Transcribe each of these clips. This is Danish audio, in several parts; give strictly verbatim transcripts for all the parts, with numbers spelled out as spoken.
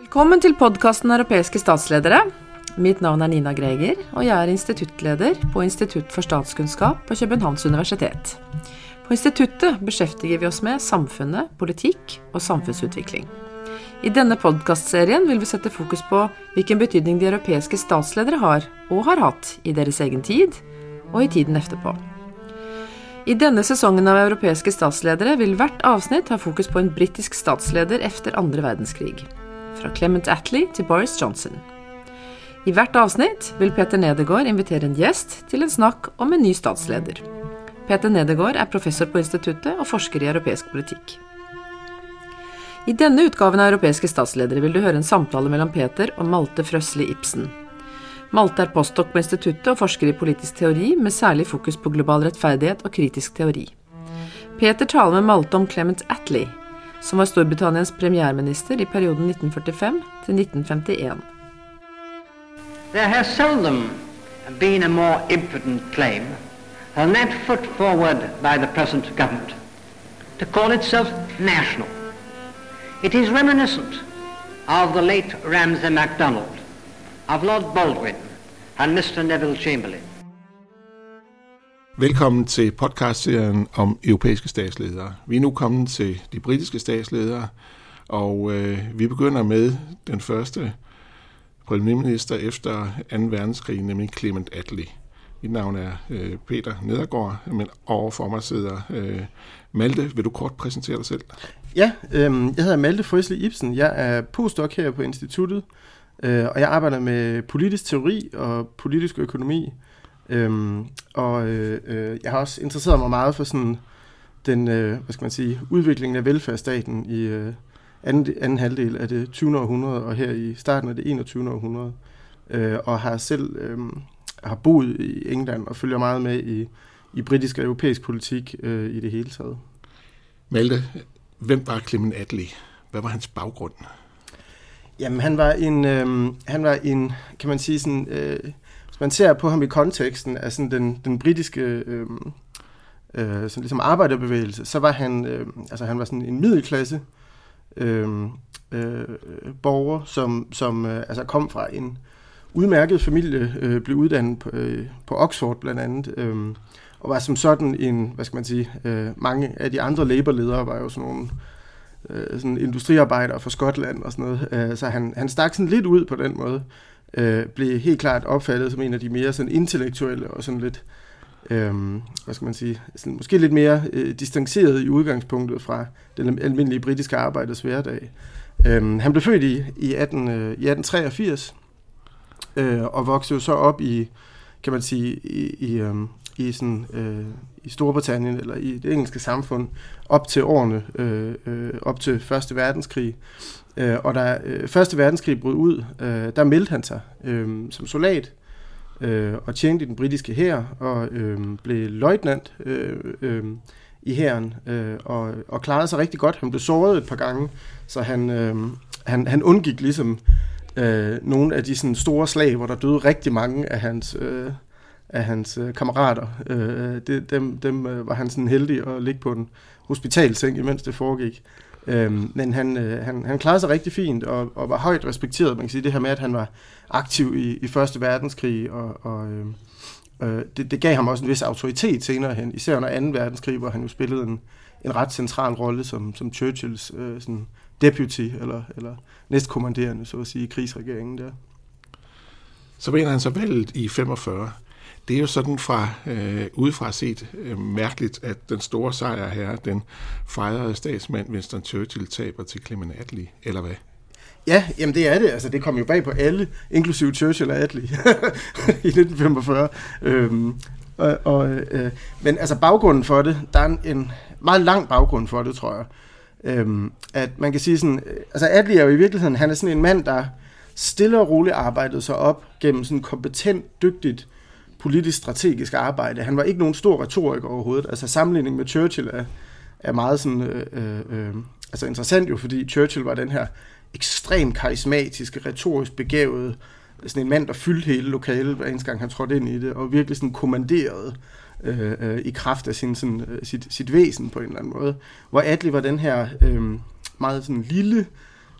Velkommen til podcasten Europæiske statsledere. Mitt navn er Nina Greger, og jeg er instituttleder på Institutt for Statskunnskap på Københavns Universitet. På instituttet beskæftiger vi os med samfundet, politik og samfundsudvikling. I denne podcastserien vil vi sætte fokus på, hvilken betydning de europæiske statsledere har og har haft i deres egen tid og i tiden efterpå. I denne sæsonen av europæiske statsledere vil hvert afsnit ha fokus på en britisk statsleder efter andre verdenskrig. Fra Clement Attlee til Boris Johnson. I hvert afsnit vil Peter Nedegård invitere en gæst til en snak om en ny statsleder. Peter Nedegård er professor på instituttet og forsker i europæisk politik. I denne utgaven av europæiske statsledere vil du høre en samtale mellem Peter og Malte Frøsli Ibsen. Malte er postdoc på instituttet og forsker i politisk teori med særlig fokus på global retfærdighed og kritisk teori. Peter taler med Malte om Clement Attlee, som var Storbritanniens premierminister i perioden nitten førtifem til nitten femtien. There has seldom been a more impudent claim than that put forward by the present government to call itself national. It is reminiscent of the late Ramsay MacDonald, of Lord Baldwin and mister Neville Chamberlain. Velkommen til podcastserien om europæiske statsledere. Vi er nu kommet til de britiske statsledere, og øh, vi begynder med den første premierminister efter anden verdenskrig, nemlig Clement Attlee. Mit navn er øh, Peter Nedegård, men overfor mig sidder øh, Malte. Vil du kort præsentere dig selv? Ja, øh, jeg hedder Malte Frøsli Ibsen. Jeg er postdoc her på instituttet, øh, og jeg arbejder med politisk teori og politisk økonomi. Øhm, og øh, jeg har også interesseret mig meget for sådan den, øh, hvad skal man sige, udviklingen af velfærdsstaten i øh, anden, anden halvdel af det tyvende århundrede og her i starten af det enogtyvende århundrede, øh, og har selv øh, har boet i England og følger meget med i, i britisk og europæisk politik øh, i det hele taget. Malte, hvem var Clement Attlee? Hvad var hans baggrund? Jamen han var en, øh, han var en, kan man sige sådan øh, man ser på ham i konteksten af sådan den, den britiske øh, øh, sådan ligesom arbejderbevægelse, så var han, øh, altså han var sådan en middelklasse øh, øh, borger, som, som øh, altså kom fra en udmærket familie, øh, blev uddannet på, øh, på Oxford blandt andet, øh, og var som sådan en, hvad skal man sige, øh, mange af de andre Labour-ledere var jo sådan nogle øh, sådan industriarbejdere fra Skotland og sådan noget, øh, så han, han stak sådan lidt ud på den måde. Øh, blev helt klart opfattet som en af de mere sådan intellektuelle og sådan lidt, øh, hvad skal man sige, sådan, måske lidt mere øh, distanceret i udgangspunktet fra den almindelige britiske arbejders hverdag. Øh, han blev født i, i, atten, øh, i atten treogfirs øh, og voksede jo så op i, kan man sige, i, i, øh, i, sådan, øh, i Storbritannien eller i det engelske samfund op til årene, øh, øh, op til første verdenskrig. Øh, og da øh, første verdenskrig brød ud, øh, der meldte han sig øh, som soldat øh, og tjente i den britiske hær og øh, blev løjtnant øh, øh, i hæren øh, og, og klarede sig rigtig godt. Han blev såret et par gange, så han, øh, han, han undgik ligesom øh, nogle af de sådan, store slag, hvor der døde rigtig mange af hans, øh, af hans øh, kammerater. Øh, det, dem dem øh, var han sådan heldig at ligge på en hospitalseng, imens det foregik. Øhm, men han, øh, han, han klarede sig rigtig fint og, og var højt respekteret. Man kan sige det her med, at han var aktiv i, i første verdenskrig, og, og øh, det, det gav ham også en vis autoritet senere hen, især under anden verdenskrig, hvor han jo spillede en, en ret central rolle som, som Churchills øh, sådan deputy, eller, eller næstkommanderende, så at sige, i krigsregeringen der. Så vinder han så valget i femogfyrre. Det er jo sådan fra øh, udefra set øh, mærkeligt, at den store sejr her, den fejrede statsmand Winston Churchill, taber til Clement Attlee, eller hvad? Ja, jamen det er det. Altså det kom jo bag på alle, inklusive Churchill og Attlee i nitten femogfyrre. Øhm, og, og, øh, men altså baggrunden for det, der er en, en meget lang baggrund for det, tror jeg. Øhm, at man kan sige sådan, altså Attlee er jo i virkeligheden, han er sådan en mand, der stille og roligt arbejdede sig op gennem sådan kompetent, dygtigt, politisk strategisk arbejde. Han var ikke nogen stor retoriker overhovedet. Altså sammenligning med Churchill er, er meget sådan, øh, øh, altså interessant jo, fordi Churchill var den her ekstremt karismatiske, retorisk begavede, sådan en mand, der fyldte hele lokalet, hver eneste gang han trådte ind i det, og virkelig sådan kommanderede øh, øh, i kraft af sin, sådan, øh, sit, sit væsen på en eller anden måde. Hvor Attlee var den her øh, meget sådan lille,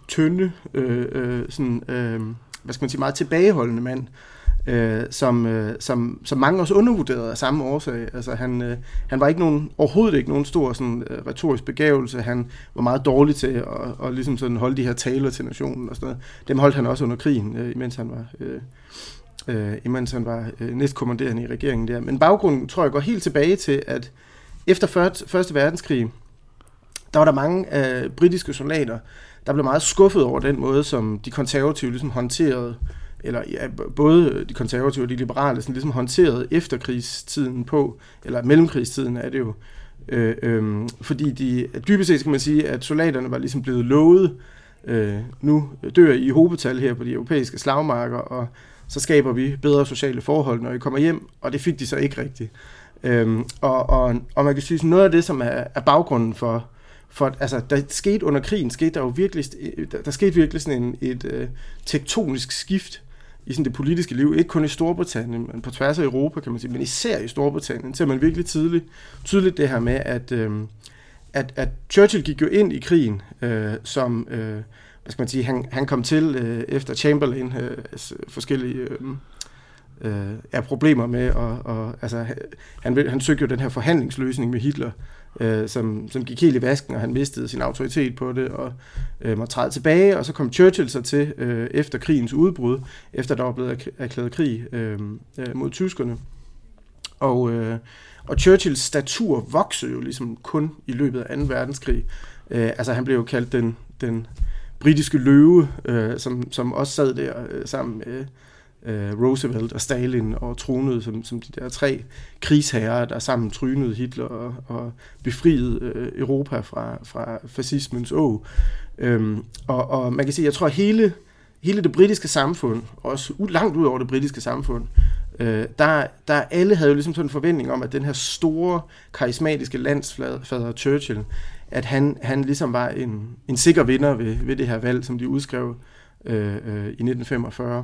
tynde, øh, øh, sådan, øh, hvad skal man sige, meget tilbageholdende mand, øh, som, øh, som, som mange også undervurderede af samme årsag. Altså han, øh, han var ikke nogen, overhovedet ikke nogen stor sådan, øh, retorisk begævelse. Han var meget dårlig til at og ligesom sådan holde de her taler til nationen og sådan noget. Dem holdt han også under krigen, øh, imens han var... Øh, Øh, imens han var øh, næstkommanderende i regeringen der. Men baggrunden, tror jeg, går helt tilbage til, at efter første verdenskrig, der var der mange øh, britiske soldater, der blev meget skuffet over den måde, som de konservative ligesom håndterede, eller ja, både de konservative og de liberale sådan ligesom håndterede efterkrigstiden på, eller mellemkrigstiden er det jo, øh, øh, fordi de, dybest set skal man sige, at soldaterne var ligesom blevet lovet, øh, nu dør I i hobetal her på de europæiske slagmarker, og så skaber vi bedre sociale forhold, når I kommer hjem, og det fik de så ikke rigtigt. Øhm, og, og, og man kan sige, noget af det, som er, er baggrunden for, for, altså der skete under krigen, skete der jo virkelig, der, der skete virkelig sådan en, et øh, tektonisk skift i sådan det politiske liv, ikke kun i Storbritannien, men på tværs af Europa, kan man sige, men især i Storbritannien, ser man virkelig tydeligt, tydeligt det her med, at, øh, at, at Churchill gik jo ind i krigen øh, som... Øh, hvad skal man sige, han, han kom til øh, efter Chamberlain øh, forskellige øh, øh, er problemer med, og, og altså, han, han søgte jo den her forhandlingsløsning med Hitler, øh, som, som gik helt i vasken, og han mistede sin autoritet på det, og øh, måtte træde tilbage, og så kom Churchill så til øh, efter krigens udbrud, efter der var blevet erklæret krig øh, øh, mod tyskerne. Og, øh, og Churchills statur voksede jo ligesom kun i løbet af anden verdenskrig. Øh, altså han blev jo kaldt den, den britiske løve, øh, som, som også sad der øh, sammen med øh, Roosevelt og Stalin og tronede som, som de der tre krigsherrer, der sammen trynede Hitler og, og befriede øh, Europa fra, fra fascismens åg. Øhm, og, og man kan sige, jeg tror, at hele, hele det britiske samfund, også langt ud over det britiske samfund, øh, der, der alle havde jo ligesom sådan en forventning om, at den her store, karismatiske landsfader Churchill, at han, han ligesom var en, en sikker vinder ved, ved det her valg, som de udskrev øh, øh, i nitten femogfyrre.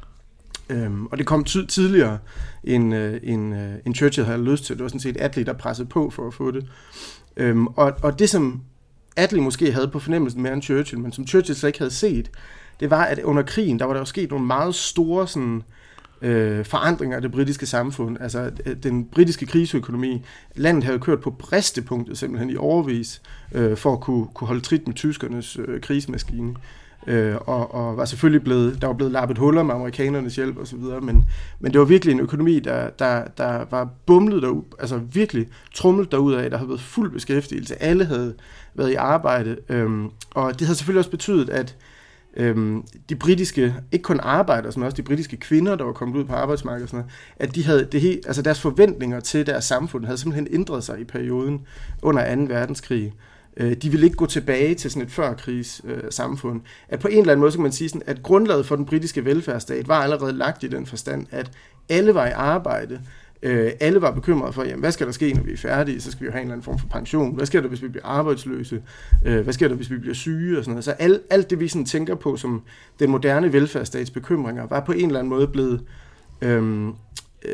Øhm, og det kom ty- tidligere, end, øh, end, øh, end Churchill havde lyst til. Det var sådan set Attlee, der pressede på for at få det. Øhm, og, og det, som Attlee måske havde på fornemmelsen mere end Churchill, men som Churchill slet ikke havde set, det var, at under krigen, der var der jo sket nogle meget store sådan, øh, forandringer af det britiske samfund. Altså den britiske krigsøkonomi, landet havde kørt på bristepunktet simpelthen i årevis, øh, for at kunne, kunne holde trit med tyskernes øh, krigsmaskine. Øh, og, og var selvfølgelig blevet, der var blevet lappet huller med amerikanernes hjælp og så videre, men, men det var virkelig en økonomi, der, der, der var bumlet derud, altså virkelig trumlet derudad, der havde været fuld beskæftigelse, alle havde været i arbejde, øhm, og det havde selvfølgelig også betydet, at øhm, de britiske, ikke kun arbejdere, men også de britiske kvinder, der var kommet ud på arbejdsmarkedet, sådan noget, at de havde det helt, altså deres forventninger til deres samfund havde simpelthen ændret sig i perioden under anden verdenskrig. De ville ikke gå tilbage til sådan et førkrigs øh, samfund. At på en eller anden måde, så kan man sige, sådan, at grundlaget for den britiske velfærdsstat var allerede lagt i den forstand, at alle var i arbejde, øh, alle var bekymrede for, jamen, hvad skal der ske, når vi er færdige, så skal vi jo have en eller anden form for pension, hvad sker der, hvis vi bliver arbejdsløse, øh, hvad sker der, hvis vi bliver syge, og sådan noget. Så alt, alt det, vi sådan tænker på som den moderne velfærdsstats bekymringer, var på en eller anden måde blevet... Øh, øh,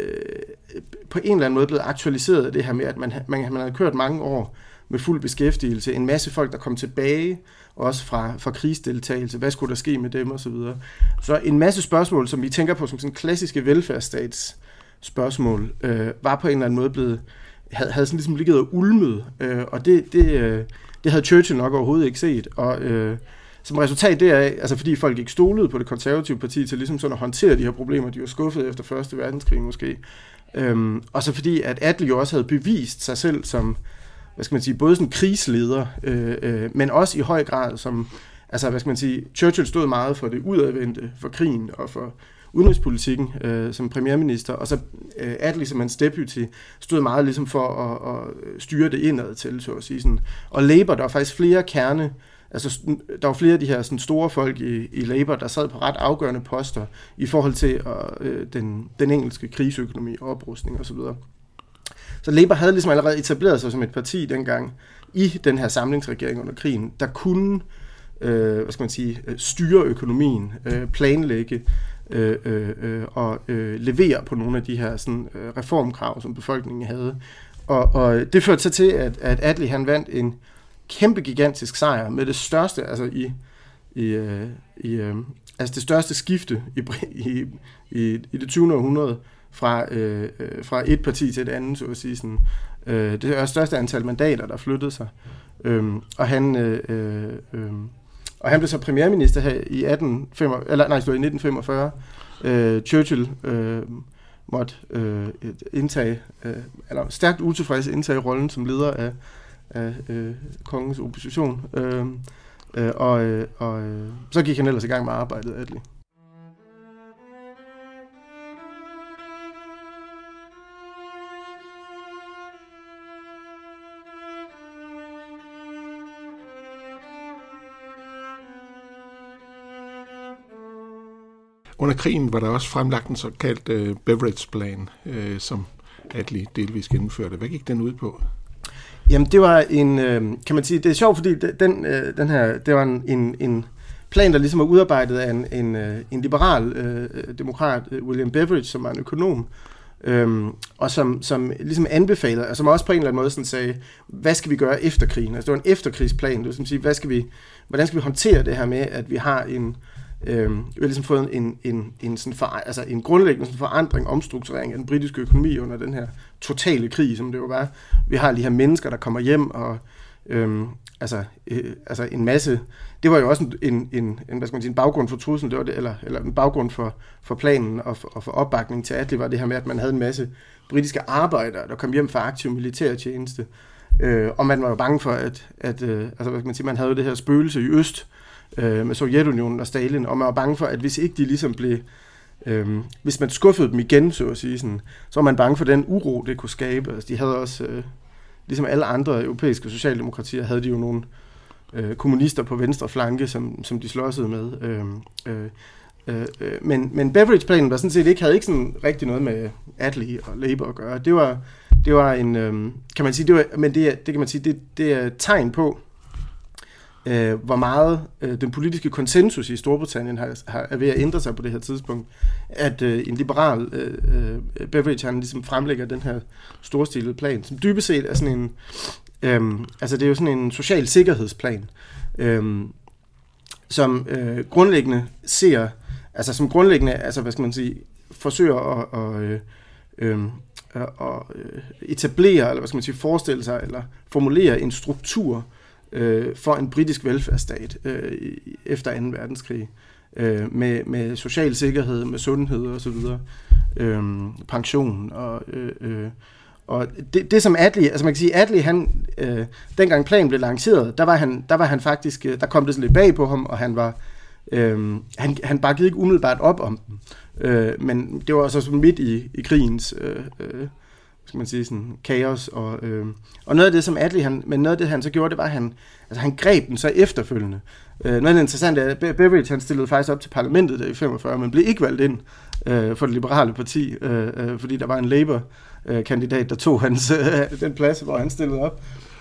på en eller anden måde blevet aktualiseret af det her med, at man, man, man havde kørt mange år med fuld beskæftigelse, en masse folk, der kom tilbage, også fra, fra krigsdeltagelse, hvad skulle der ske med dem, og så videre. Så en masse spørgsmål, som vi tænker på som sådan klassiske velfærdsstats spørgsmål, øh, var på en eller anden måde blevet, havde, havde sådan ligesom ligget og ulmet, øh, og det, det, øh, det havde Churchill nok overhovedet ikke set, og øh, som resultat deraf, altså fordi folk ikke stolede på det konservative parti til ligesom sådan at håndtere de her problemer, de var skuffet efter første verdenskrig måske, øh, og så fordi, at Attlee jo også havde bevist sig selv som hvad skal man sige, både sådan krigsleder, øh, øh, men også i høj grad som, altså hvad skal man sige, Churchill stod meget for det udadvendte, for krigen og for udenrigspolitikken øh, som premierminister, og så øh, Attlee som hans deputy stod meget ligesom for at, at styre det indad til, så at sige sådan. Og Labour, der var faktisk flere kerne, altså der var flere af de her sådan store folk i, i Labour, der sad på ret afgørende poster i forhold til øh, den, den engelske krigsøkonomi, oprustning og så videre. Så Labour havde ligesom allerede etableret sig som et parti dengang i den her samlingsregering under krigen, der kunne øh, hvad skal man sige, styre økonomien, øh, planlægge øh, øh, og øh, levere på nogle af de her sådan, øh, reformkrav, som befolkningen havde. Og, og det førte så til, at, at Attlee han vandt en kæmpe gigantisk sejr med det største, altså i, i, øh, i øh, altså det største skifte i, i, i, i det tyvende århundrede fra, øh, fra et parti til et andet, så at sige. Sådan, øh, det er det største antal mandater, der flyttede sig. Øhm, og, han, øh, øh, og han blev så premierminister her i, atten femogfyrre, eller, nej, i nitten femogfyrre. Øh, Churchill øh, måtte øh, indtage, øh, eller stærkt utilfreds indtage rollen som leder af, af øh, kongens opposition. Øh, øh, og øh, og øh, så gik han ellers i gang med arbejdet, Attlee. Under krigen var der også fremlagt en såkaldt uh, Beveridge-plan, uh, som Attlee delvis gennemførte. Hvad gik den ud på? Jamen, det var en, øh, kan man sige, det er sjovt, fordi den, øh, den her, det var en, en, en plan, der ligesom var udarbejdet af en, en, en liberal øh, demokrat, William Beveridge, som var en økonom, øh, og som, som ligesom anbefalede, og som også på en eller anden måde sådan sagde, hvad skal vi gøre efter krigen? Altså, det var en efterkrigsplan, det var sådan at sige, hvad skal vi, hvordan skal vi håndtere det her med, at vi har en Øh, vi har ligesom fået en, en, en, sådan for, altså en grundlæggende sådan forandring, omstrukturering af den britiske økonomi under den her totale krig, som det jo var. Vi har de her mennesker, der kommer hjem, og øh, altså, øh, altså en masse. Det var jo også en, en, en, hvad skal man sige, en baggrund for truslen, det var det, eller, eller en baggrund for, for planen og for, og for opbakning til Attlee, var det her med, at man havde en masse britiske arbejdere, der kom hjem fra aktiv militærtjeneste. Øh, og man var jo bange for, at, at øh, altså, hvad skal man sige, man havde det her spøgelse i øst, med Sovjetunionen og Stalin, og man var bange for, at hvis ikke de ligesom blev, øhm, hvis man skuffede dem igen, så at sige, sådan, så var man bange for den uro, det kunne skabe. Altså, de havde også, øh, ligesom alle andre europæiske socialdemokratier, havde de jo nogle øh, kommunister på venstre flanke, som, som de slåsede med. Øh, øh, øh, men, men Beveridge-planen var sådan set ikke, havde ikke sådan rigtig noget med Attlee og Labour at gøre. Det var, det var en, øh, kan man sige, det var, men det, det kan man sige, det, det er et tegn på, Øh, hvor meget øh, den politiske konsensus i Storbritannien har, har, er ved at ændre sig på det her tidspunkt, at øh, en liberal øh, øh, Beveridge, han ligesom fremlægger den her storstilede plan, som dybest set er sådan en, øh, altså det er jo sådan en social sikkerhedsplan, øh, som øh, grundlæggende ser, altså som grundlæggende, altså hvad skal man sige, forsøger at, og, øh, øh, at etablere, eller hvad skal man sige, forestille sig, eller formulere en struktur for en britisk velfærdsstat øh, efter anden verdenskrig, øh, med, med social sikkerhed, med sundhed og så videre, øh, pension og øh, øh, og det, det som Attlee, altså man kan sige, Attlee, han øh, dengang planen blev lanceret, der var han, der var han faktisk, der kom det sådan lidt bag på ham, og han var, øh, han, han bakkede ikke umiddelbart op om den, øh, men det var også sådan midt i, i krigens øh, øh, skal man sige, sådan kaos, og, øh, og noget af det, som Attlee, han, men noget af det, han så gjorde, det var, at han, altså, han greb den så efterfølgende. Øh, noget af det interessante er, at Beveridge, han stillede faktisk op til parlamentet der i femogfyrre, men blev ikke valgt ind øh, for det liberale parti, øh, øh, fordi der var en Labour-kandidat, øh, der tog hans, øh, den plads, hvor han stillede op.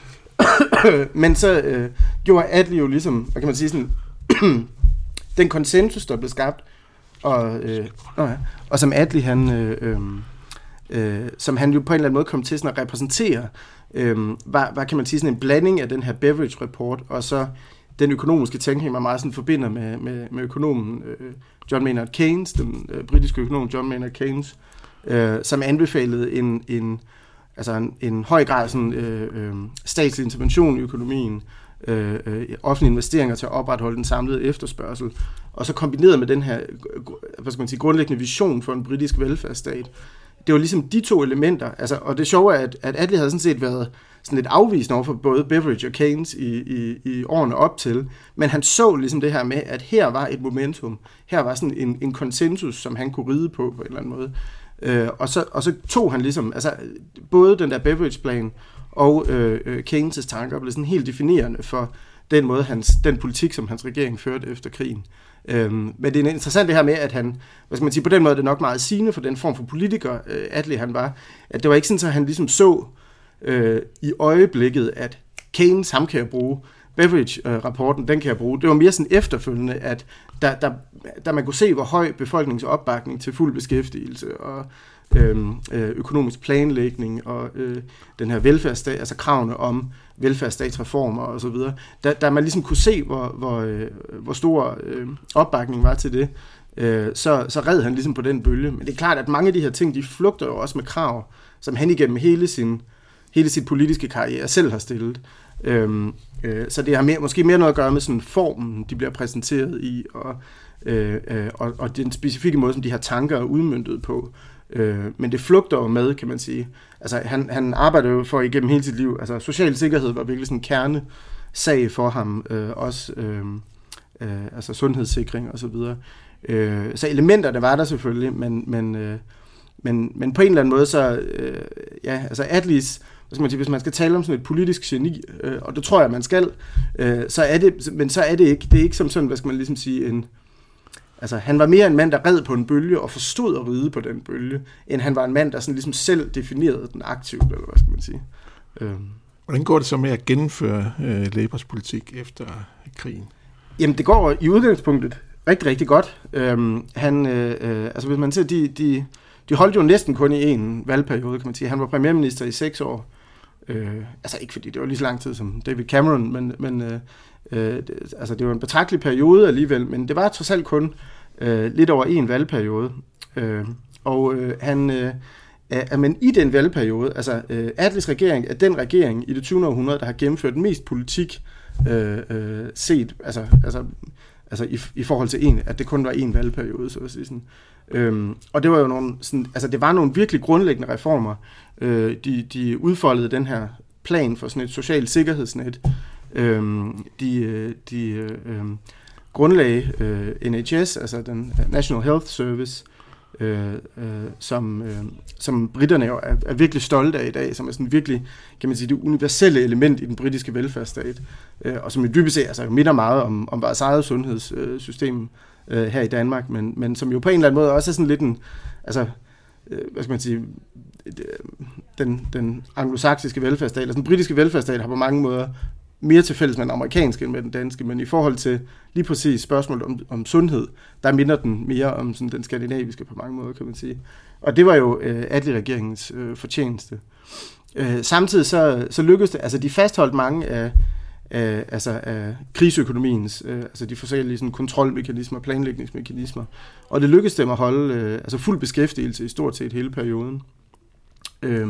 Men så øh, gjorde Attlee jo ligesom, hvad kan man sige, sådan, den konsensus, der blev skabt, og, øh, øh, og som Attlee, han... Øh, øh, Øh, som han jo på en eller anden måde kom til sådan at repræsentere, øh, var, var, kan man sige, sådan en blanding af den her Beveridge-rapport, og så den økonomiske tænkning, man meget sådan forbinder med, med, med økonomen øh, John Maynard Keynes, den øh, britiske økonom John Maynard Keynes, øh, som anbefalede en, en, altså en, en høj grad sådan, øh, øh, statslig intervention i økonomien, øh, øh, offentlige investeringer til at opretholde den samlede efterspørgsel, og så kombineret med den her, hvad skal man sige, grundlæggende vision for en britisk velfærdsstat. Det var ligesom de to elementer, altså, og det sjove er, at, at Attlee havde sådan set været sådan lidt afvisende over for både Beveridge og Keynes i, i, i årene op til, men han så ligesom det her med, at her var et momentum, her var sådan en, en konsensus, som han kunne ride på på en eller anden måde, øh, og, så, og så tog han ligesom, altså både den der Beveridge-plan og øh, Keynes' tanker blev sådan helt definerende for den måde, hans, den politik, som hans regering førte efter krigen. Øhm, men det er interessant det her med, at han, hvad skal man sige, på den måde er det nok meget sigende for den form for politiker, øh, Attlee han var, at det var ikke sådan, at han ligesom så øh, i øjeblikket, at Keynes, ham kan jeg bruge, Beveridge-rapporten, den kan jeg bruge. Det var mere sådan efterfølgende, at der, der, der man kunne se, hvor høj befolkningsopbakning til fuld beskæftigelse og øh, økonomisk planlægning og øh, den her velfærdsstat, altså kravene om velfærdsstatsreformer og så videre, der, der man ligesom kunne se, hvor, hvor, øh, hvor stor øh, opbakning var til det, øh, så, så red han ligesom på den bølge. Men det er klart, at mange af de her ting, de flugter jo også med krav, som han igennem hele sin, hele sit politiske karriere selv har stillet. Øhm, øh, så det har mere, måske mere noget at gøre med sådan formen, de bliver præsenteret i, og, øh, øh, og, og den specifikke måde, som de her tanker er udmøntet på. Øh, men det flugter jo med, kan man sige. Altså, han, han arbejder jo for igennem hele sit liv. Altså, social sikkerhed var virkelig sådan en kernesag for ham. Øh, også øh, øh, altså sundhedssikring og så videre. Øh, så elementerne var der selvfølgelig, men, men, øh, men, men på en eller anden måde, så øh, ja, altså Attlees, hvad skal man sige, hvis man skal tale om sådan et politisk geni, øh, og det tror jeg, man skal, øh, så er det, men så er det ikke, det er ikke som sådan, hvad skal man ligesom sige, en, altså han var mere en mand, der red på en bølge, og forstod at ride på den bølge, end han var en mand, der sådan ligesom selv definerede den aktivt, eller hvad skal man sige. Øh. Hvordan går det så med at gennemføre øh, Labours politik efter krigen? Jamen, det går i udgangspunktet rigtig, rigtig godt. Øhm, han, øh, øh, altså hvis man ser, de, de, de holdt jo næsten kun i en valgperiode, kan man sige. Han var premierminister i seks år. Øh, altså ikke fordi det var lige så lang tid som David Cameron, men, men øh, øh, det, altså det var en betragtelig periode alligevel, men det var trods alt kun øh, lidt over en valgperiode. Øh, og øh, han, øh, øh, men i den valgperiode, altså øh, Attlees regering er den regering i det tyvende århundrede, der har gennemført mest politik øh, øh, set, altså, altså, altså i, i forhold til en, at det kun var en valgperiode, så at sige sådan. Øhm, og det var jo nogle, sådan, altså det var nogle virkelig grundlæggende reformer. Øh, de, de udfoldede den her plan for sådan et socialt sikkerhedsnet. Øhm, de de øh, grundlagde øh, N H S, altså den National Health Service, øh, øh, som, øh, som britterne jo er, er virkelig stolte af i dag, som er sådan virkelig, kan man sige, det universelle element i den britiske velfærdsstat, øh, og som jo dybest set altså, minder meget om, om vores eget sundhedssystem øh, her i Danmark, men, men som jo på en eller anden måde også er sådan lidt en, altså, øh, hvad skal man sige, den, den anglosaksiske velfærdsstat, altså den britiske velfærdsstat har på mange måder mere til fælles med den amerikanske end med den danske, men i forhold til lige præcis spørgsmålet om, om sundhed, der minder den mere om sådan, den skandinaviske på mange måder, kan man sige. Og det var jo øh, Attlee-regeringens øh, fortjeneste. Øh, samtidig så, så lykkedes det, altså de fastholdt mange af, af, altså af krigsøkonomiens, øh, altså de forskellige sådan, kontrolmekanismer, planlægningsmekanismer, og det lykkedes dem at holde øh, altså fuld beskæftigelse i stort set hele perioden. Øh,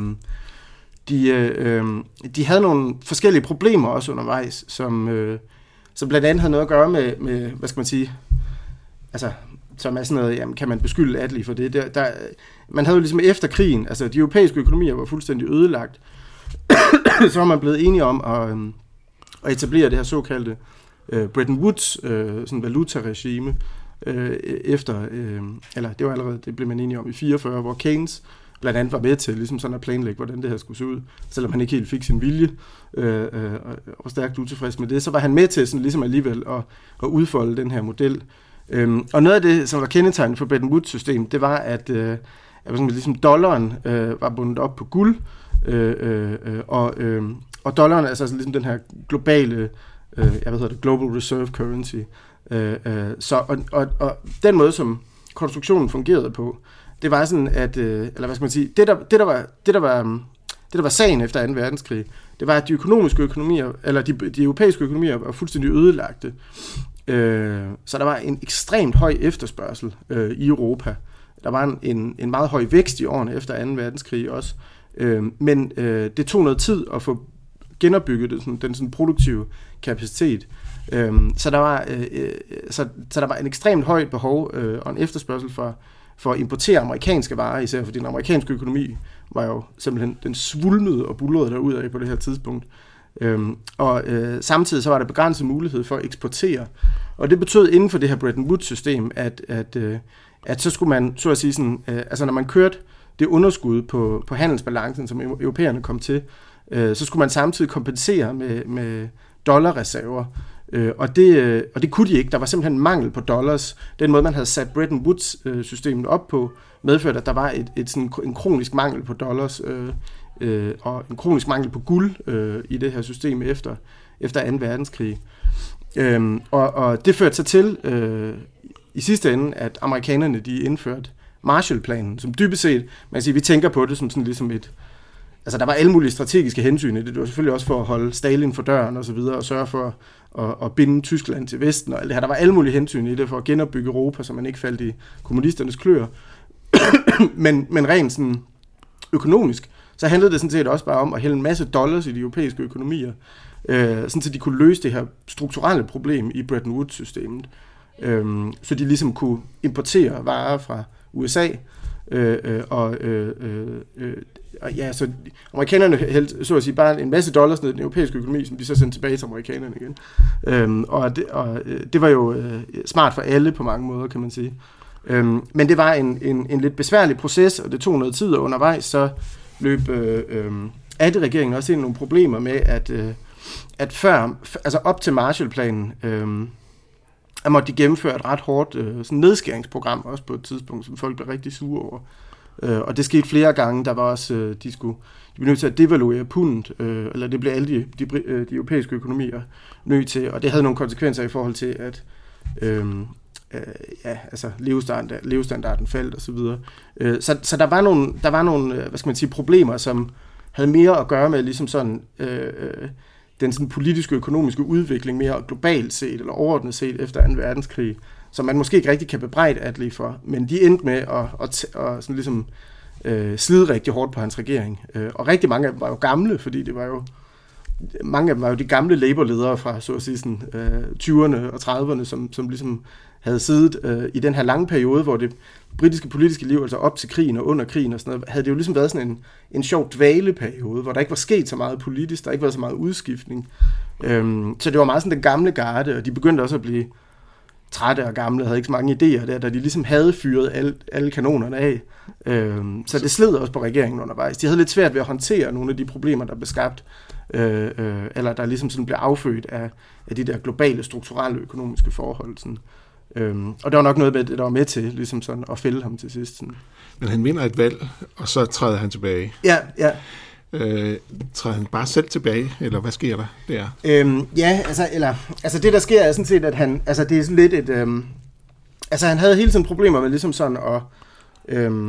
De, øh, de havde nogle forskellige problemer også undervejs, som, øh, som blandt andet havde noget at gøre med, med hvad skal man sige, altså, som er sådan noget, jamen, kan man beskylde Attlee for det? Der, der, man havde jo ligesom efter krigen, altså de europæiske økonomier var fuldstændig ødelagt, så var man blevet enige om at, øh, at etablere det her såkaldte øh, Bretton Woods øh, sådan valutaregime, øh, efter, øh, eller det var allerede, det blev man enige om i fireogfyrre, hvor Keynes blandt andet var med til ligesom sådan at planlægge, hvordan det her skulle se ud, selvom han ikke helt fik sin vilje, øh, øh, og var stærkt utilfreds med det, så var han med til sådan ligesom alligevel at, at udfolde den her model. Øhm, og noget af det, som var kendetegnet for Bretton Woods-systemet, det var, at, øh, at ligesom dollaren øh, var bundet op på guld, øh, øh, og, øh, og dollaren er altså ligesom den her globale, øh, jeg ved det, global reserve currency. Øh, øh, så, og, og, og den måde, som konstruktionen fungerede på, det var sådan, at, øh, eller hvad skal man sige, det der, det, der var, det, der var, det, der var sagen efter anden verdenskrig, det var, at de økonomiske økonomier, eller de, de europæiske økonomier var fuldstændig ødelagte. Øh, så der var en ekstremt høj efterspørgsel øh, i Europa. Der var en, en, en meget høj vækst i årene efter anden verdenskrig også. Øh, men øh, det tog noget tid at få genopbygget det, sådan, den sådan produktive kapacitet. Øh, så, der var, øh, så, så der var en ekstremt højt behov øh, og en efterspørgsel for for at importere amerikanske varer, især fordi den amerikanske økonomi var jo simpelthen, den svulmede og bullerede derudad på det her tidspunkt. Øhm, og øh, samtidig så var der begrænset mulighed for at eksportere. Og det betød inden for det her Bretton Woods-system, at, at, øh, at så skulle man, så at sige sådan, øh, altså når man kørte det underskud på, på handelsbalancen, som europæerne kom til, øh, så skulle man samtidig kompensere med, med dollarreserver. Øh, og, det, øh, og det kunne de ikke. Der var simpelthen mangel på dollars. Den måde, man havde sat Bretton Woods-systemet op på, medførte, at der var et, et, sådan, en kronisk mangel på dollars øh, øh, og en kronisk mangel på guld øh, i det her system efter, efter anden verdenskrig. Øh, og, og det førte sig til øh, i sidste ende, at amerikanerne de indførte Marshallplanen, som dybest set, man kan sige, vi tænker på det som sådan ligesom et altså der var alle mulige strategiske hensyn i det. Det var selvfølgelig også for at holde Stalin for døren og så videre, og sørge for at, at binde Tyskland til Vesten og alt det her. Der var alle mulige hensyn i det for at genopbygge Europa, så man ikke faldt i kommunisternes kløer. men, men rent sådan økonomisk, så handlede det sådan set også bare om at hælde en masse dollars i de europæiske økonomier, øh, sådan så de kunne løse det her strukturelle problem i Bretton Woods-systemet. Øh, så de ligesom kunne importere varer fra U S A, øh, øh, og øh, øh, og ja, så amerikanerne hældte, så at sige, bare en masse dollars ned i den europæiske økonomi, som de så sendte tilbage til amerikanerne igen. Øhm, og, det, og det var jo øh, smart for alle på mange måder, kan man sige. Øhm, men det var en, en, en lidt besværlig proces, og det tog noget tid, og undervejs så løb øh, øh, Attlee-regeringen også ind i nogle problemer med, at, øh, at før, altså op til Marshallplanen, øh, der måtte de gennemføre et ret hårdt øh, sådan nedskæringsprogram, også på et tidspunkt, som folk blev rigtig sure over. Øh, og det skete flere gange. Der var også, øh, de skulle de blev nødt til at devaluere pundet, øh, eller det blev alle de, de, de europæiske økonomier nødt til, og det havde nogle konsekvenser i forhold til, at øh, øh, ja, altså levestandard, levestandarden faldt og så videre. Øh, så, så der var nogle, der var nogle, hvad skal man sige, problemer, som havde mere at gøre med ligesom sådan øh, den sådan politiske og økonomiske udvikling mere globalt set eller overordnet set efter anden verdenskrig, som man måske ikke rigtig kan bebrejde Attlee for, men de endte med at, at, at sådan ligesom, øh, slide rigtig hårdt på hans regering. Øh, og rigtig mange af dem var jo gamle, fordi det var jo mange af dem var jo de gamle Labour-ledere fra så at sige sådan, øh, tyverne og trediverne, som, som ligesom havde siddet øh, i den her lange periode, hvor det britiske politiske liv, altså op til krigen og under krigen og sådan noget, havde det jo ligesom været sådan en, en sjov dvaleperiode, hvor der ikke var sket så meget politisk, der ikke var så meget udskiftning. Øhm, så det var meget sådan den gamle garde, og de begyndte også at blive trætte og gamle, havde ikke så mange idéer der, da de ligesom havde fyret alle, alle kanonerne af. Øhm, så det sled også på regeringen undervejs. De havde lidt svært ved at håndtere nogle af de problemer, der blev skabt, øh, øh, eller der ligesom sådan blev affødt af, af de der globale, strukturelle økonomiske forhold. Sådan. Øhm, og der var nok noget med det, der var med til ligesom sådan, at fælde ham til sidst. Sådan. Men han vinder et valg, og så træder han tilbage. Ja, ja. Øh, træder han bare selv tilbage, eller hvad sker der der? Øhm, ja, altså, eller, altså det der sker er sådan set, at han, altså det er sådan lidt et, øhm, altså han havde hele tiden problemer med ligesom sådan at, øhm,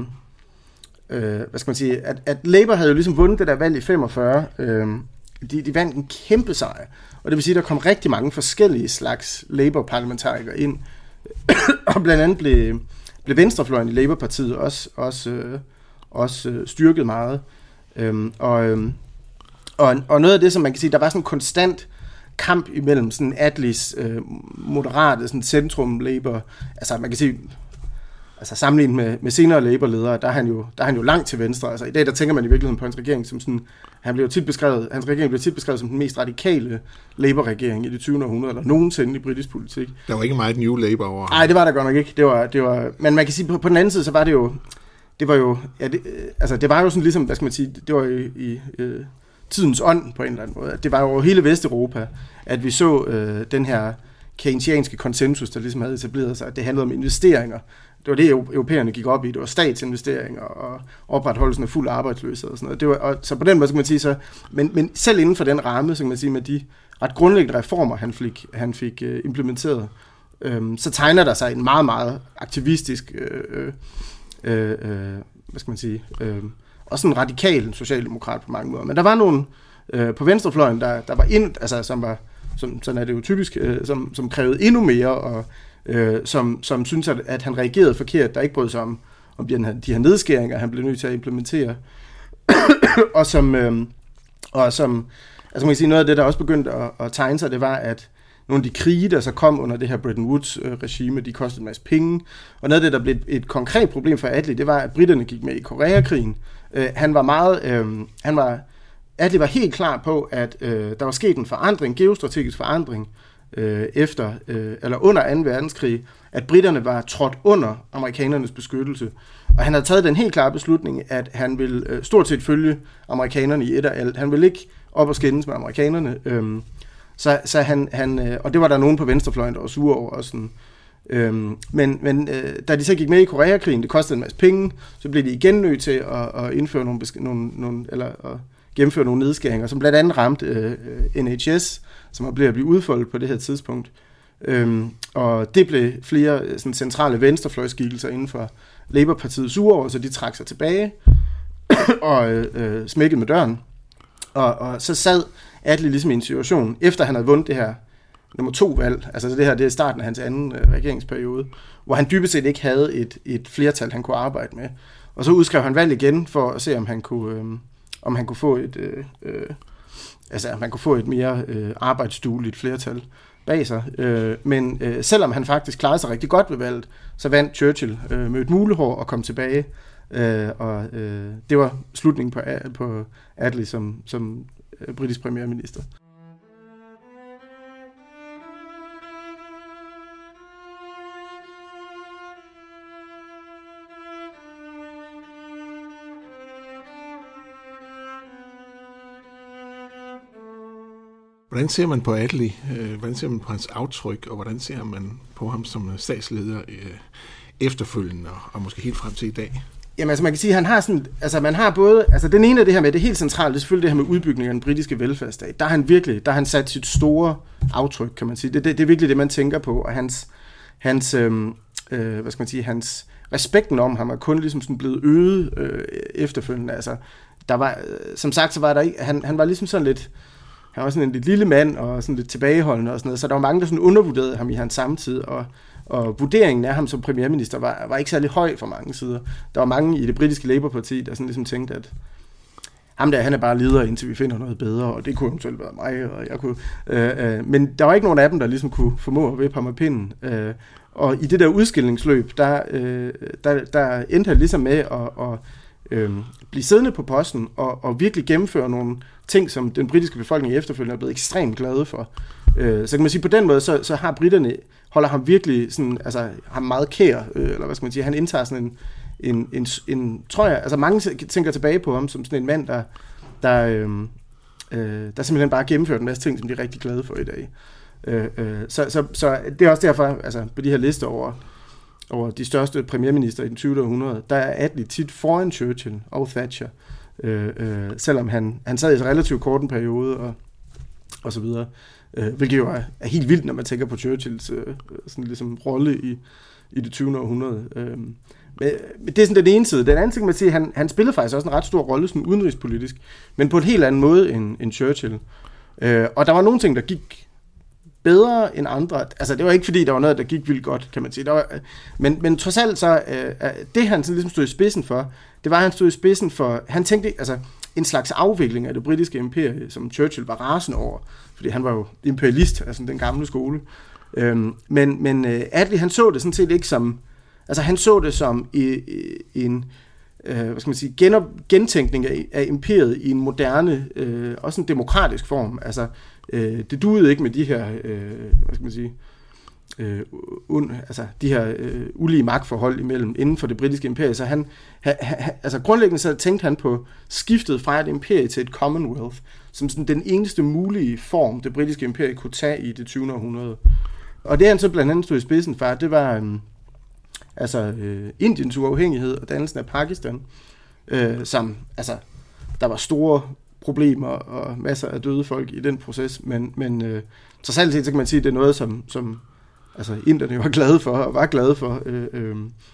øh, hvad skal man sige, at, at Labour havde jo ligesom vundet det der valg i femogfyrre, øhm, de, de vandt en kæmpe sejr, og det vil sige, der kom rigtig mange forskellige slags Labour-parlamentarikere ind, og blandt andet blev, blev venstrefløjen i Labour-partiet også, også, øh, også øh, styrket meget. Øhm, og, øhm, og, og noget af det, som man kan sige, der var sådan en konstant kamp imellem sådan Attlees øh, moderate sådan centrum Labour, altså man kan sige, altså sammenlignet med, med senere Labour-ledere, der er, han jo, der er han jo langt til venstre. Altså i dag, der tænker man i virkeligheden på hans regering som sådan, han blev tit beskrevet, hans regering blev tit beskrevet som den mest radikale Labour-regering i det tyvende århundrede, eller nogensinde i britisk politik. Der var ikke meget New Labour over. Nej, det var der godt nok ikke. Det var, det var, men man kan sige, på, på den anden side, så var det jo, det var jo, ja, det, altså det var jo sådan ligesom, hvad skal man sige, det var i, i øh, tidens ånd på en eller anden måde. Det var jo hele Vesteuropa, at vi så øh, den her keynesianske konsensus, der ligesom havde etableret sig, at det handlede om investeringer. Det var det, europæerne gik op i. Det var statsinvesteringer og opretholdelsen af fuld arbejdsløshed og sådan noget. Det var, og, så på den måde, så kan man sige så, men, men selv inden for den ramme, så kan man sige, med de ret grundlæggende reformer, han fik, han fik øh, implementeret, øh, så tegner der sig en meget, meget aktivistisk øh, øh, øh, hvad skal man sige, øh, også en radikal socialdemokrat på mange måder. Men der var nogle øh, på venstrefløjen, der, der var ind, altså som var, som, sådan er det jo typisk, øh, som, som krævede endnu mere, og øh, som, som synes, at, at han reagerede forkert, der ikke brød sig om, om de, de her nedskæringer, han blev nødt til at implementere. og som, øh, og som, altså man kan sige, noget af det, der også begyndte at, at tegne sig, det var, at nogle af de krige, der så kom under det her Bretton Woods-regime, de kostede en masse penge. Og noget af det, der blev et, et konkret problem for Attlee, det var, at britterne gik med i Koreakrigen. Øh, han var meget, øh, han var, Attlee var helt klar på, at øh, der var sket en forandring, geostrategisk forandring, øh, efter, øh, eller under anden verdenskrig, at britterne var trådt under amerikanernes beskyttelse. Og han havde taget den helt klare beslutning, at han ville øh, stort set følge amerikanerne i et og alt. Han ville ikke op og skændes med amerikanerne. Øh, Så, så han, han, øh, og det var der nogen på venstrefløjen, der var sure over også sådan. Øhm, men men øh, da de så gik med i Koreakrigen, det kostede en masse penge, så blev de igen nødt til at, at indføre nogle, nogle, nogle eller at gennemføre nogle nedskæringer, som blandt andet ramte øh, N H S, som var blevet at blive udfoldet på det her tidspunkt. Øhm, og det blev flere sådan, centrale venstrefløjskikkelser inden for Labour-partiet sure over, så de trak sig tilbage. og øh, smækket med døren. Og, og så sad Attlee ligesom i en situation, efter han havde vundet det her nummer to valg, altså det her, det er starten af hans anden øh, regeringsperiode, hvor han dybest set ikke havde et, et flertal, han kunne arbejde med. Og så udskrev han valg igen for at se, om han kunne, øh, om han kunne få et, øh, øh, altså om han kunne få et mere øh, arbejdsdueligt flertal bag sig. Øh, men øh, selvom han faktisk klarede sig rigtig godt ved valget, så vandt Churchill øh, med et mulehår og kom tilbage. Øh, og øh, det var slutningen på, på Attlee som, som øh, britisk premierminister. Hvordan ser man på Attlee? Hvordan ser man på hans aftryk, og hvordan ser man på ham som statsleder efterfølgende, og måske helt frem til i dag? Jamen altså man kan sige, at han har sådan, altså man har både, altså den ene af det her med, det helt centrale, det er selvfølgelig det her med udbygningen af den britiske velfærdsstat. Der har han virkelig, der har han sat sit store aftryk, kan man sige. Det, det, det er virkelig det, man tænker på, og hans, hans øhm, øh, hvad skal man sige, hans respekten om ham er kun ligesom sådan blevet øget øh, efterfølgende. Altså der var, øh, som sagt, så var der ikke, han, han var ligesom sådan lidt, han var sådan en lidt lille mand, og sådan lidt tilbageholdende og sådan noget, så der var mange, der sådan undervurderede ham i hans samtid, og Og vurderingen af ham som premierminister var, var ikke særlig høj fra mange sider. Der var mange i det britiske Labour-parti, der sådan ligesom tænkte, at ham der, han er bare leder, indtil vi finder noget bedre, og det kunne eventuelt være mig, og jeg kunne... Øh, øh, men der var ikke nogen af dem, der ligesom kunne formå at vippe ham af pinden. Øh, og i det der udskillingsløb, der, øh, der, der endte han ligesom med at, at øh, blive siddende på posten, og, og virkelig gennemføre nogle ting, som den britiske befolkning efterfølgende er blevet ekstremt glade for. Øh, så kan man sige, på den måde, så, så har britterne holder ham virkelig sådan, altså ham meget kær, øh, eller hvad skal man sige, han indtager sådan en, en, en, en tror jeg, altså mange tænker tilbage på ham som sådan en mand, der, der, øh, øh, der simpelthen bare gennemfører en masse ting, som de er rigtig glade for i dag. Øh, øh, så, så, så det er også derfor, altså på de her lister over, over de største premierminister i den tyvende århundrede, der er Attlee tit foran Churchill og Thatcher, øh, øh, selvom han, han sad i en relativt kort en periode, og, og så videre. Øh, hvilket jo er, er helt vildt, når man tænker på Churchills øh, sådan ligesom rolle i, i det tyvende århundrede. Øh, men det er sådan den ene side. Den anden ting, man siger, han, han spillede faktisk også en ret stor rolle sådan udenrigspolitisk, men på en helt anden måde end, end Churchill. Øh, og der var nogle ting, der gik bedre end andre. Altså det var ikke fordi, der var noget, der gik vildt godt, kan man sige. Der var, men, men trods alt så, øh, det han sådan ligesom stod i spidsen for, det var, at han stod i spidsen for, han tænkte, altså en slags afvikling af det britiske imperie, som Churchill var rasende over, fordi han var jo imperialist, altså den gamle skole. Øhm, men men uh, Attlee, han så det sådan set ikke som, altså han så det som i, i en, øh, hvad skal man sige, genop, gentænkning af, af imperiet i en moderne, øh, også en demokratisk form. Altså øh, det duede ikke med de her, øh, hvad skal man sige, øh, un, altså de her øh, ulige magtforhold imellem inden for det britiske imperie. Så han, ha, ha, altså grundlæggende så tænkte han på skiftet fra et imperie til et Commonwealth, som sådan den eneste mulige form, det britiske imperie kunne tage i det tyvende århundrede. Og det han så blandt andet stod i spidsen for, det var øh, altså øh, Indiens uafhængighed og dannelsen af Pakistan, øh, som, altså, der var store problemer og masser af døde folk i den proces, men, men øh, trods alt set, så kan man sige, at det er noget, som, som altså, inderne var glade for, og var glade for, øh, øh,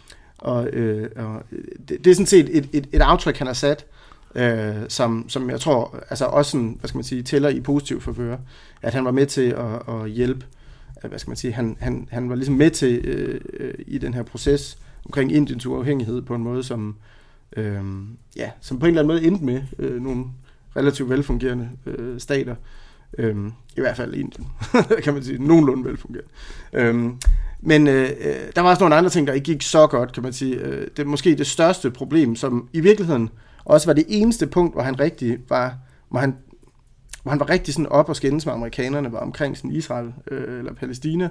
og, øh, og det, det er sådan set et, et, et aftryk, han har sat, øh, som, som jeg tror, altså også sådan, hvad skal man sige, tæller i positiv favør, at han var med til at, at hjælpe, hvad skal man sige, han, han, han var ligesom med til øh, øh, i den her proces omkring Indiens uafhængighed på en måde, som, øh, ja, som på en eller anden måde endte med øh, nogle relativt velfungerende øh, stater. Øh, I hvert fald Indien, kan man sige, nogenlunde velfungerende. Øh, men øh, der var også nogle andre ting, der ikke gik så godt, kan man sige. Øh, det er måske det største problem, som i virkeligheden også var det eneste punkt, hvor han rigtig var, hvor han hvor han var rigtig sådan op og skændes med amerikanerne, var omkring sådan Israel øh, eller Palæstina.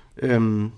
Øhm,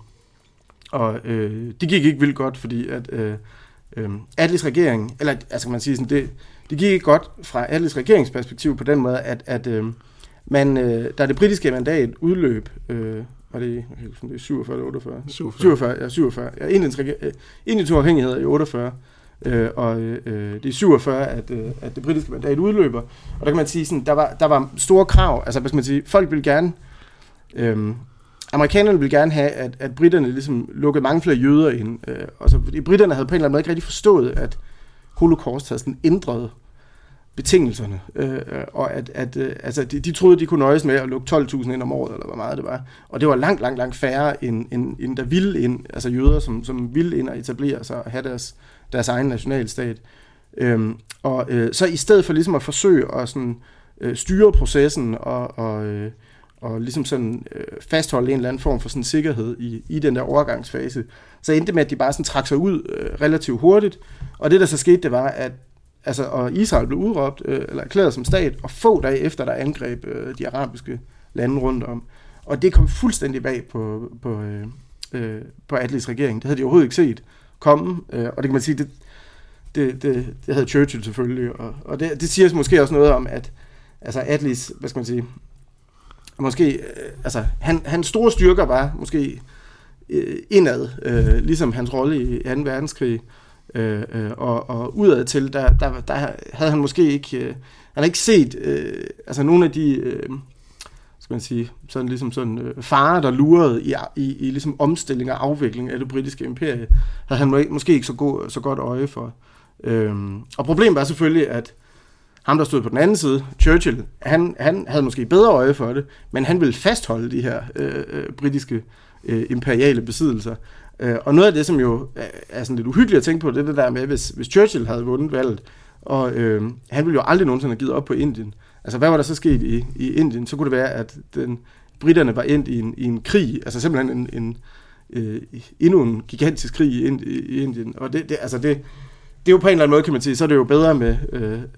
og øh, det gik ikke vildt godt, fordi at øh, øh, Attlees regering, eller altså kan man sige sådan, det, det gik ikke godt fra Attlees regeringsperspektiv på den måde, at, at øh, man, øh, da det britiske mandat udløb, øh, var det, det er syvogfyrre eller otteogfyrre? syvogfyrre, ja, syvogfyrre. Ja, Indiens, øh, Indiens uafhængighed er i otteogfyrre. Øh, og øh, det er syvogfyrre, at, øh, at det britiske mandat udløber, og der kan man sige sådan, der var, der var store krav, altså hvis man siger, folk ville gerne, øh, amerikanerne ville gerne have, at, at britterne ligesom lukkede mange flere jøder ind, øh, og så fordi britterne havde på en eller anden måde ikke rigtig forstået, at holocaust havde sådan ændret betingelserne, øh, og at, at øh, altså, de, de troede, de kunne nøjes med at lukke tolv tusind ind om året, eller hvor meget det var. Og det var langt, langt, langt færre, end, end, end der ville ind, altså jøder, som, som ville ind og etablere sig og have deres, deres egen nationalstat. Øhm, og øh, så i stedet for ligesom at forsøge at sådan, øh, styre processen og, og, øh, og ligesom sådan, øh, fastholde en eller anden form for sådan sikkerhed i, i den der overgangsfase, så endte det med, at de bare sådan trak sig ud øh, relativt hurtigt. Og det, der så skete, det var, at altså, og Israel blev udråbt, øh, eller erklæret som stat, og få dage efter, der angreb øh, de arabiske lande rundt om. Og det kom fuldstændig bag på, på, øh, øh, på Attlees regering. Det havde de overhovedet ikke set komme, øh, og det kan man sige, det, det, det, det havde Churchill selvfølgelig, og, og det, det siger måske også noget om, at altså Attlees, hvad skal man sige, måske, øh, altså han, hans store styrker var måske øh, indad, øh, ligesom hans rolle i anden verdenskrig, øh, øh, og, og udad til, der, der, der havde han måske ikke, øh, han havde ikke set, øh, altså nogle af de, øh, skal man sige, sådan ligesom sådan øh, farer, der lurede i, i, i ligesom omstilling og afvikling af det britiske imperie, havde han måske ikke så, god, så godt øje for. Øhm, og problemet var selvfølgelig, at ham, der stod på den anden side, Churchill, han, han havde måske bedre øje for det, men han ville fastholde de her øh, øh, britiske øh, imperiale besiddelser. Øh, og noget af det, som jo er sådan lidt uhyggeligt at tænke på, det er det der med, hvis, hvis Churchill havde vundet valget, og øh, han ville jo aldrig nogensinde have givet op på Indien. Altså, hvad var der så sket i, i Indien? Så kunne det være, at den, britterne var endt i en, i en krig, altså simpelthen en, en, øh, endnu en gigantisk krig i, Ind, i Indien. Og det, det, altså det, det er jo på en eller anden måde, kan man sige, så er det jo bedre med øh, øh, en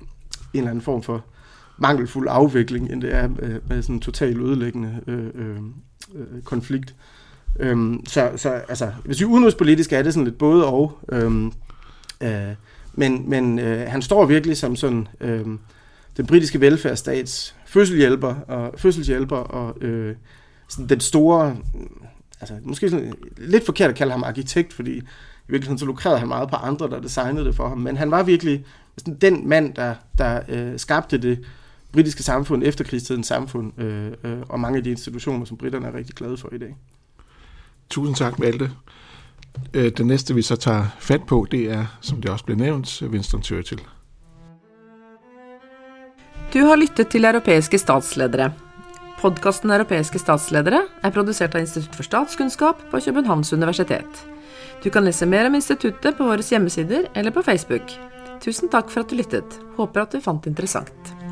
eller anden form for mangelfuld afvikling, end det er med, med sådan en total ødelæggende øh, øh, konflikt. Øhm, så, så altså, hvis vi udenrigspolitisk er det sådan lidt både og, øhm, øh, men, men øh, han står virkelig som sådan øh, den britiske velfærdsstats fødselshjælper og fødselshjælper og øh, sådan den store, altså måske sådan, lidt forkert at kalde ham arkitekt, fordi i virkeligheden så lukrerede han meget på andre, der designede det for ham, men han var virkelig sådan den mand, der, der øh, skabte det britiske samfund, efterkrigstidens samfund, øh, øh, og mange af de institutioner, som britterne er rigtig glade for i dag. Tusind tak, Malte. Det næste, vi så tager fat på, det er, som det også blev nævnt, Winston Churchill. Du har lyttet til Europæiske statsledere. Podcasten Europæiske statsledere er produceret av Institutt for Statskunnskap på Københavns Universitet. Du kan læse mer om instituttet på våre hjemmesider eller på Facebook. Tusen takk for at du lyttet. Håper at du fant det interessant.